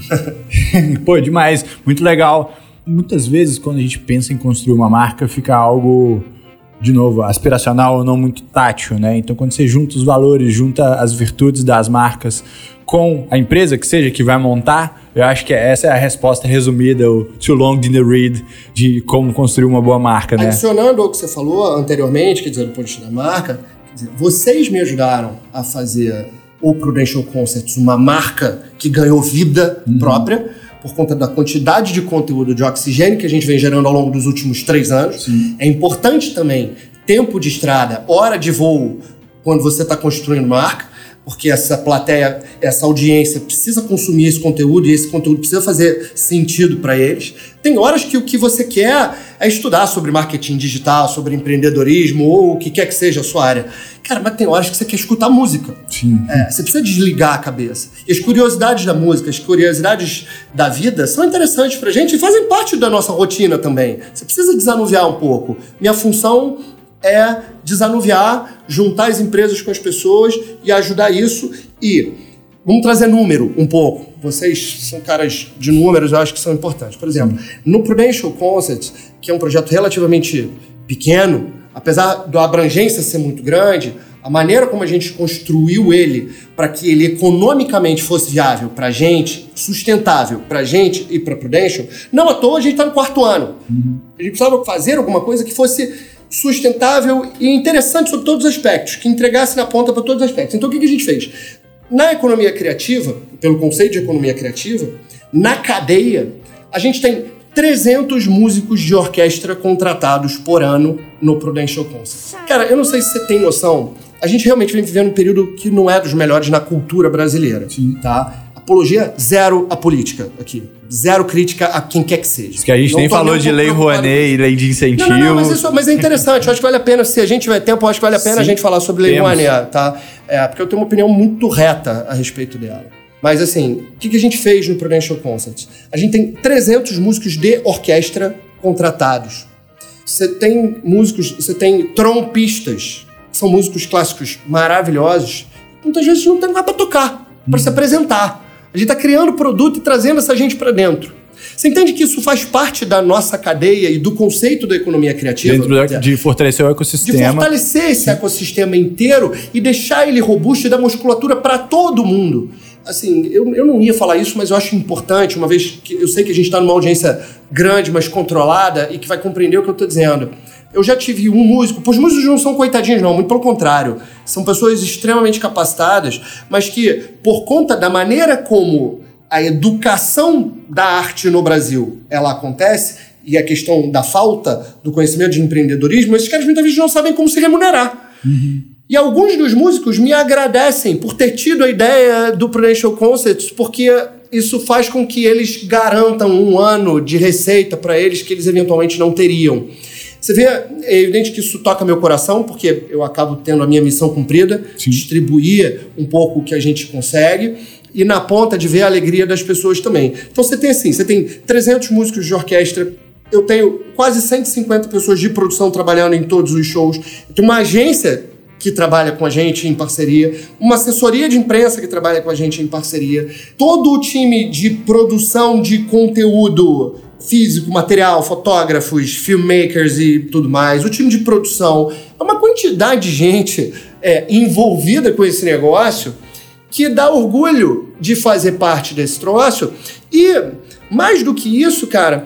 Pô, demais. Muito legal. Muitas vezes, quando a gente pensa em construir uma marca, fica algo, de novo, aspiracional ou não muito tátil, né? Então, quando você junta os valores, junta as virtudes das marcas com a empresa que seja que vai montar, eu acho que essa é a resposta resumida, o too long didn't read, de como construir uma boa marca, né?
Adicionando ao que você falou anteriormente, quer dizer, do ponto de vista da marca, quer dizer, vocês me ajudaram a fazer o Prudential Concerts uma marca que ganhou vida uhum. própria, por conta da quantidade de conteúdo de oxigênio que a gente vem gerando ao longo dos últimos três anos. Sim. É importante também tempo de estrada, hora de voo, quando você está construindo marca, porque essa plateia, essa audiência precisa consumir esse conteúdo e esse conteúdo precisa fazer sentido para eles. Tem horas que o que você quer é estudar sobre marketing digital, sobre empreendedorismo ou o que quer que seja a sua área. Cara, mas tem horas que você quer escutar música.
Sim.
É, você precisa desligar a cabeça. E as curiosidades da música, as curiosidades da vida são interessantes pra gente e fazem parte da nossa rotina também. Você precisa desanuviar um pouco. Minha função é desanuviar, juntar as empresas com as pessoas e ajudar isso. E vamos trazer número um pouco. Vocês são caras de números, eu acho que são importantes. Por exemplo, no Prudential Concerts, que é um projeto relativamente pequeno, apesar da abrangência ser muito grande, a maneira como a gente construiu ele para que ele economicamente fosse viável para a gente, sustentável para a gente e para a Prudential, não à toa a gente está no quarto ano. Uhum. A gente precisava fazer alguma coisa que fosse sustentável e interessante sobre todos os aspectos, que entregasse na ponta para todos os aspectos. Então, o que a gente fez? Na economia criativa, pelo conceito de economia criativa, na cadeia, a gente tem trezentos músicos de orquestra contratados por ano no Prudential Concerts. Cara, eu não sei se você tem noção, a gente realmente vem vivendo um período que não é dos melhores na cultura brasileira. Sim. Tá? Apologia zero à política aqui. Zero crítica a quem quer que seja.
Isso que a gente não nem falou de lei Rouanet e lei de incentivo.
Não, não, não, mas, isso, mas é interessante. Eu acho que vale a pena, se a gente tiver tempo, eu acho que vale a pena Sim, a gente falar sobre lei Rouanet, tá? É, porque eu tenho uma opinião muito reta a respeito dela. Mas assim, o que, que a gente fez no Prudential Concerts? A gente tem trezentos músicos de orquestra contratados. Você tem músicos, você tem trompistas, que são músicos clássicos maravilhosos. Muitas vezes não tem lugar para tocar, para hum. se apresentar. A gente está criando produto e trazendo essa gente para dentro. Você entende que isso faz parte da nossa cadeia e do conceito da economia criativa?
Dentro de fortalecer o ecossistema.
De fortalecer esse Sim. ecossistema inteiro e deixar ele robusto e dar musculatura para todo mundo. Assim, eu, eu não ia falar isso, mas eu acho importante, uma vez que eu sei que a gente está numa audiência grande, mas controlada e que vai compreender o que eu estou dizendo. Eu já tive um músico, pois os músicos não são coitadinhos não, muito pelo contrário. São pessoas extremamente capacitadas, mas que, por conta da maneira como a educação da arte no Brasil, ela acontece, e a questão da falta do conhecimento de empreendedorismo, esses caras muitas vezes não sabem como se remunerar. Uhum. E alguns dos músicos me agradecem por ter tido a ideia do Prudential Concerts, porque isso faz com que eles garantam um ano de receita para eles que eles eventualmente não teriam. Você vê, é evidente que isso toca meu coração, porque eu acabo tendo a minha missão cumprida, Sim. distribuir um pouco o que a gente consegue, e na ponta de ver a alegria das pessoas também. Então você tem assim, você tem trezentos músicos de orquestra, eu tenho quase cento e cinquenta pessoas de produção trabalhando em todos os shows, eu tenho uma agência que trabalha com a gente em parceria, uma assessoria de imprensa que trabalha com a gente em parceria, todo o time de produção de conteúdo físico, material, fotógrafos, filmmakers e tudo mais, o time de produção, é uma quantidade de gente é, envolvida com esse negócio que dá orgulho de fazer parte desse troço e, mais do que isso, cara,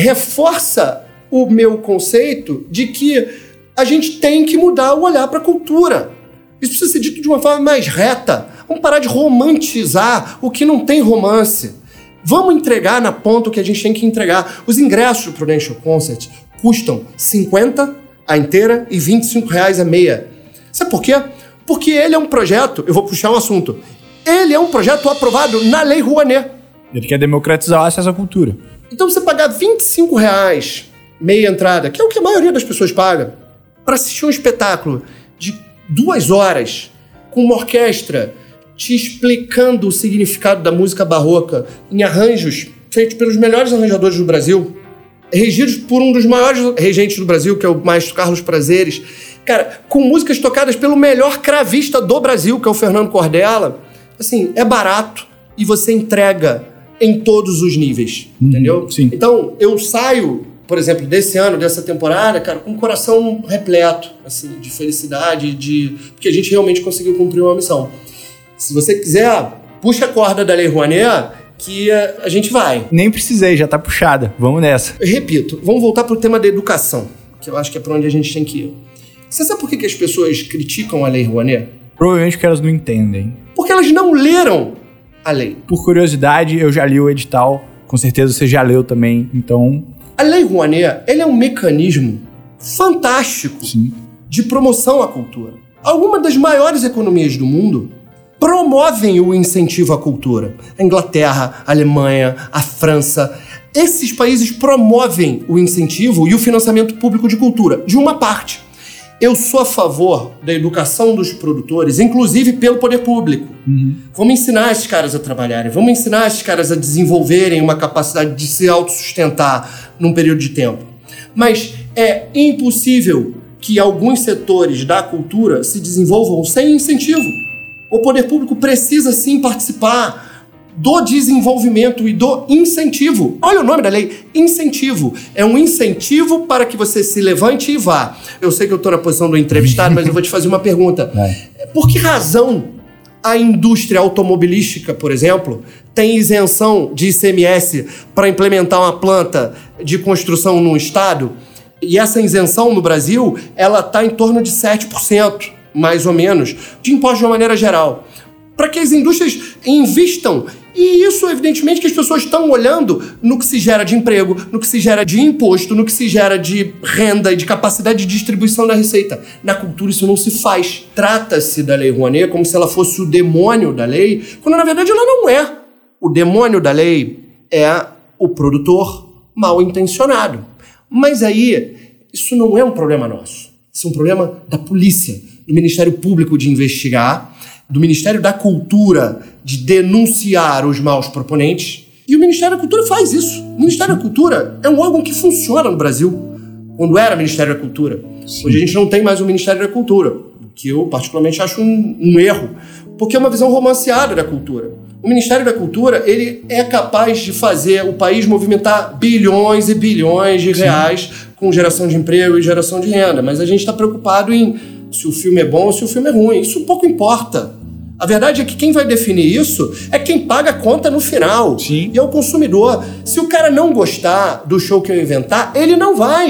reforça o meu conceito de que a gente tem que mudar o olhar para a cultura. Isso precisa ser dito de uma forma mais reta. Vamos parar de romantizar o que não tem romance. Vamos entregar na ponta o que a gente tem que entregar. Os ingressos do Prudential Concert custam cinquenta reais a inteira e vinte e cinco reais a meia. Sabe por quê? Porque ele é um projeto, eu vou puxar um assunto, ele é um projeto aprovado na Lei Rouanet.
Ele quer democratizar o acesso à cultura.
Então você pagar vinte e cinco reais meia entrada, que é o que a maioria das pessoas paga, para assistir um espetáculo de duas horas com uma orquestra te explicando o significado da música barroca em arranjos feitos pelos melhores arranjadores do Brasil, regidos por um dos maiores regentes do Brasil, que é o maestro Carlos Prazeres, cara, com músicas tocadas pelo melhor cravista do Brasil, que é o Fernando Cordella. Assim, é barato e você entrega em todos os níveis, uhum, entendeu?
Sim.
Então, eu saio, por exemplo, desse ano, dessa temporada, cara, com o coração repleto, assim, de felicidade, de... porque a gente realmente conseguiu cumprir uma missão. Se você quiser, puxa a corda da Lei Rouanet, que a, a gente vai.
Nem precisei, já tá puxada. Vamos nessa.
Eu repito, vamos voltar pro tema da educação, que eu acho que é pra onde a gente tem que ir. Você sabe por que, que as pessoas criticam a Lei Rouanet?
Provavelmente porque elas não entendem.
Porque elas não leram a lei.
Por curiosidade, eu já li o edital. Com certeza você já leu também, então...
A Lei Rouanet, ele é um mecanismo fantástico, Sim. de promoção à cultura. Algumas das maiores economias do mundo promovem o incentivo à cultura. A Inglaterra, a Alemanha, a França. Esses países promovem o incentivo e o financiamento público de cultura, de uma parte. Eu sou a favor da educação dos produtores, inclusive pelo poder público. Uhum. Vamos ensinar esses caras a trabalharem, vamos ensinar esses caras a desenvolverem uma capacidade de se autossustentar num período de tempo. Mas é impossível que alguns setores da cultura se desenvolvam sem incentivo. O poder público precisa sim participar do desenvolvimento e do incentivo. Olha o nome da lei, incentivo. É um incentivo para que você se levante e vá. Eu sei que eu estou na posição do entrevistado, mas eu vou te fazer uma pergunta. É. Por que razão a indústria automobilística, por exemplo, tem isenção de I C M S para implementar uma planta de construção num estado? E essa isenção no Brasil, ela está em torno de sete por cento, mais ou menos, de imposto de uma maneira geral. Para que as indústrias invistam. E isso, evidentemente, que as pessoas estão olhando no que se gera de emprego, no que se gera de imposto, no que se gera de renda e de capacidade de distribuição da receita. Na cultura isso não se faz. Trata-se da Lei Rouanet como se ela fosse o demônio da lei, quando na verdade ela não é. O demônio da lei é o produtor mal intencionado. Mas aí, isso não é um problema nosso. Isso é um problema da polícia, do Ministério Público de investigar, do Ministério da Cultura de denunciar os maus proponentes. E o Ministério da Cultura faz isso. O Ministério da Cultura é um órgão que funciona no Brasil, quando era Ministério da Cultura. Sim. Hoje a gente não tem mais o Ministério da Cultura, o que eu particularmente acho um, um erro, porque é uma visão romanceada da cultura. O Ministério da Cultura, ele é capaz de fazer o país movimentar bilhões e bilhões de reais, Sim. com geração de emprego e geração de renda, mas a gente está preocupado em se o filme é bom ou se o filme é ruim. Isso pouco importa. A verdade é que quem vai definir isso é quem paga a conta no final.
Sim.
E é o consumidor. Se o cara não gostar do show que eu inventar, ele não vai.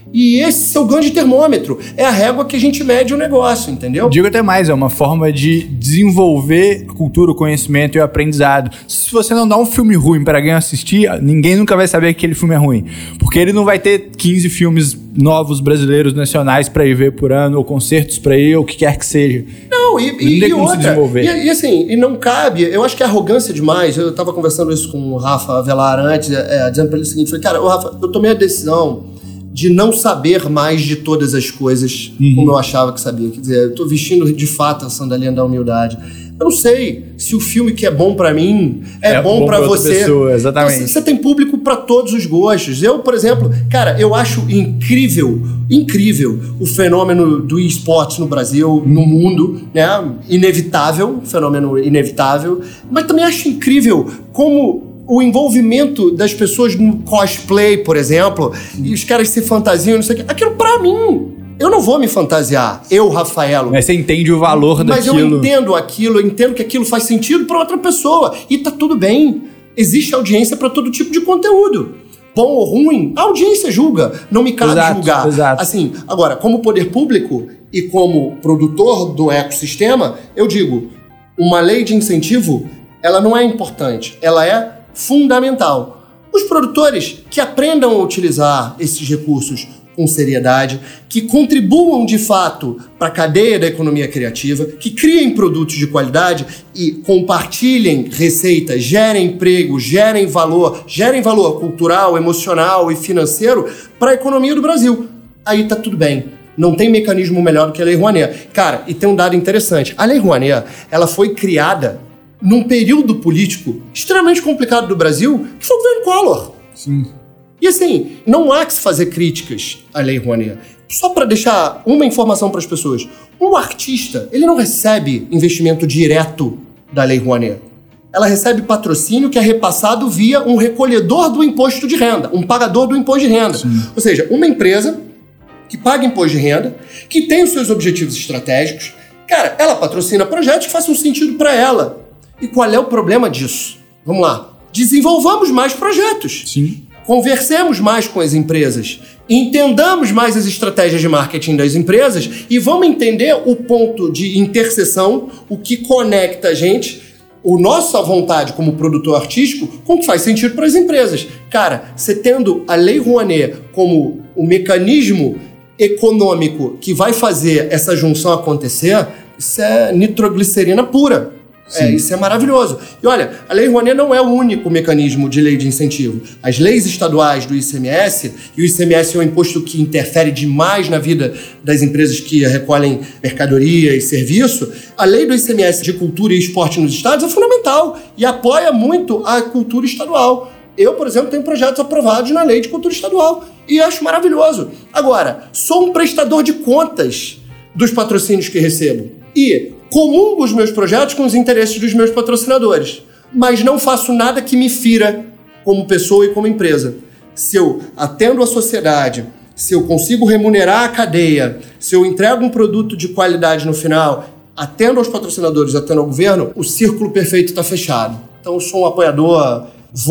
E esse é o grande termômetro. É a régua que a gente mede o negócio, entendeu?
Digo até mais, é uma forma de desenvolver a cultura, o conhecimento e o aprendizado. Se você não dá um filme ruim para alguém assistir, ninguém nunca vai saber que aquele filme é ruim. Porque ele não vai ter quinze filmes novos brasileiros nacionais para ir ver por ano, ou concertos para ir, ou o que quer que seja.
Não, e, e, e outra, e, e assim, e não cabe, eu acho que é arrogância demais. Eu tava conversando isso com o Rafa Velar antes, é, dizendo pra ele o seguinte, falei, cara, ô, Rafa, eu tomei a decisão de não saber mais de todas as coisas uhum. como eu achava que sabia. Quer dizer, eu tô vestindo de fato a sandalinha da humildade. Eu não sei se o filme que é bom pra mim é, é bom, bom pra, pra você.
Pessoa, exatamente.
Você tem público pra todos os gostos. Eu, por exemplo, cara, eu acho incrível, incrível o fenômeno do esportes no Brasil, no mundo, né? Inevitável, fenômeno inevitável. Mas também acho incrível como o envolvimento das pessoas no cosplay, por exemplo, e os caras se fantasiam, não sei o quê. Aquilo pra mim, eu não vou me fantasiar, eu, Rafaelo.
Mas você entende o valor
mas
daquilo.
Mas eu entendo aquilo, eu entendo que aquilo faz sentido pra outra pessoa. E tá tudo bem. Existe audiência pra todo tipo de conteúdo. Bom ou ruim, a audiência julga. Não me cabe
exato,
julgar.
Exato.
Assim, agora, como poder público e como produtor do ecossistema, eu digo, uma lei de incentivo, ela não é importante, ela é fundamental. Os produtores que aprendam a utilizar esses recursos com seriedade, que contribuam de fato para a cadeia da economia criativa, que criem produtos de qualidade e compartilhem receitas, gerem emprego, gerem valor, gerem valor cultural, emocional e financeiro para a economia do Brasil. Aí tá tudo bem. Não tem mecanismo melhor do que a Lei Rouanet. Cara, e tem um dado interessante. A Lei Rouanet, ela foi criada num período político extremamente complicado do Brasil, que foi o governo Collor.
Sim.
E assim, não há que se fazer críticas à Lei Rouanet. Só para deixar uma informação para as pessoas. Um artista, ele não recebe investimento direto da Lei Rouanet. Ela recebe patrocínio que é repassado via um recolhedor do imposto de renda, um pagador do imposto de renda.
Sim.
Ou seja, uma empresa que paga imposto de renda, que tem os seus objetivos estratégicos, cara, ela patrocina projetos que façam sentido para ela. E qual é o problema disso? Vamos lá. Desenvolvamos mais projetos.
Sim.
Conversemos mais com as empresas. Entendamos mais as estratégias de marketing das empresas e vamos entender o ponto de interseção, o que conecta a gente, a nossa vontade como produtor artístico, com o que faz sentido para as empresas. Cara, você tendo a Lei Rouanet como o mecanismo econômico que vai fazer essa junção acontecer, isso é nitroglicerina pura. É, isso é maravilhoso. E olha, a Lei Rouanet não é o único mecanismo de lei de incentivo. As leis estaduais do I C M S, e o I C M S é um imposto que interfere demais na vida das empresas que recolhem mercadoria e serviço, a lei do I C M S de cultura e esporte nos estados é fundamental e apoia muito a cultura estadual. Eu, por exemplo, tenho projetos aprovados na lei de cultura estadual e acho maravilhoso. Agora, sou um prestador de contas dos patrocínios que recebo e comungo os meus projetos com os interesses dos meus patrocinadores, mas não faço nada que me fira como pessoa e como empresa. Se eu atendo a sociedade, se eu consigo remunerar a cadeia, se eu entrego um produto de qualidade no final, atendo aos patrocinadores, atendo ao governo, o círculo perfeito está fechado. Então eu sou um apoiador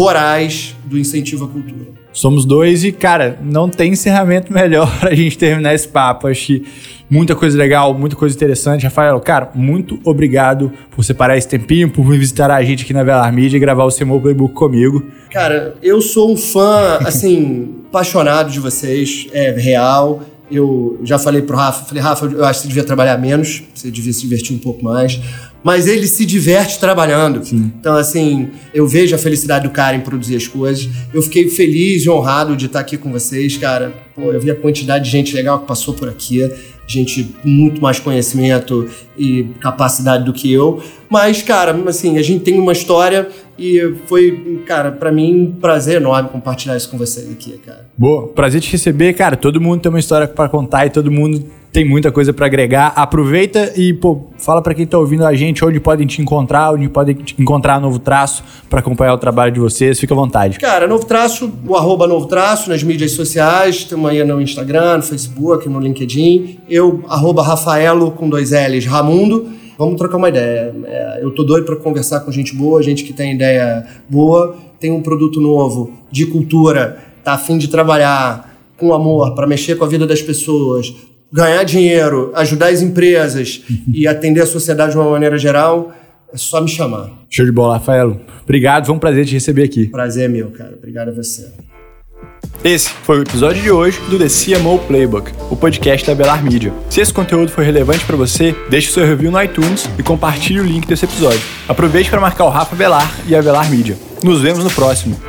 voraz do incentivo à cultura.
Somos dois e, cara, não tem encerramento melhor pra gente terminar esse papo. Acho que muita coisa legal, muita coisa interessante. Rafael, cara, muito obrigado por separar esse tempinho, por vir visitar a gente aqui na Velar Mídia e gravar o C M O Playbook comigo.
Cara, eu sou um fã, assim, apaixonado de vocês, é real. Eu já falei pro Rafa, falei, Rafa, eu acho que você devia trabalhar menos, você devia se divertir um pouco mais. Mas ele se diverte trabalhando.
Sim.
Então, assim, eu vejo a felicidade do cara em produzir as coisas. Eu fiquei feliz e honrado de estar aqui com vocês, cara. Pô, eu vi a quantidade de gente legal que passou por aqui. Gente com muito mais conhecimento e capacidade do que eu. Mas, cara, assim, a gente tem uma história e foi, cara, pra mim, um prazer enorme compartilhar isso com vocês aqui, cara.
Boa, prazer te receber, cara. Todo mundo tem uma história pra contar e todo mundo tem muita coisa pra agregar. Aproveita e, pô, fala pra quem tá ouvindo a gente onde podem te encontrar, onde podem te encontrar Novo Traço pra acompanhar o trabalho de vocês. Fica à vontade.
Cara, Novo Traço, o arroba Novo Traço nas mídias sociais. Temos aí no Instagram, no Facebook, no LinkedIn. Eu, arroba Rafaelo com dois L's, Ramundo. Vamos trocar uma ideia. É, eu tô doido pra conversar com gente boa, gente que tem ideia boa, tem um produto novo de cultura, tá a fim de trabalhar com amor, para mexer com a vida das pessoas, ganhar dinheiro, ajudar as empresas e atender a sociedade de uma maneira geral, é só me chamar.
Show de bola, Rafaelo. Obrigado, foi um prazer te receber aqui.
Prazer é meu, cara. Obrigado a você.
Esse foi o episódio de hoje do The C M O Playbook, o podcast da Velar Mídia. Se esse conteúdo foi relevante para você, deixe seu review no iTunes e compartilhe o link desse episódio. Aproveite para marcar o Rafa Velar e a Velar Mídia. Nos vemos no próximo.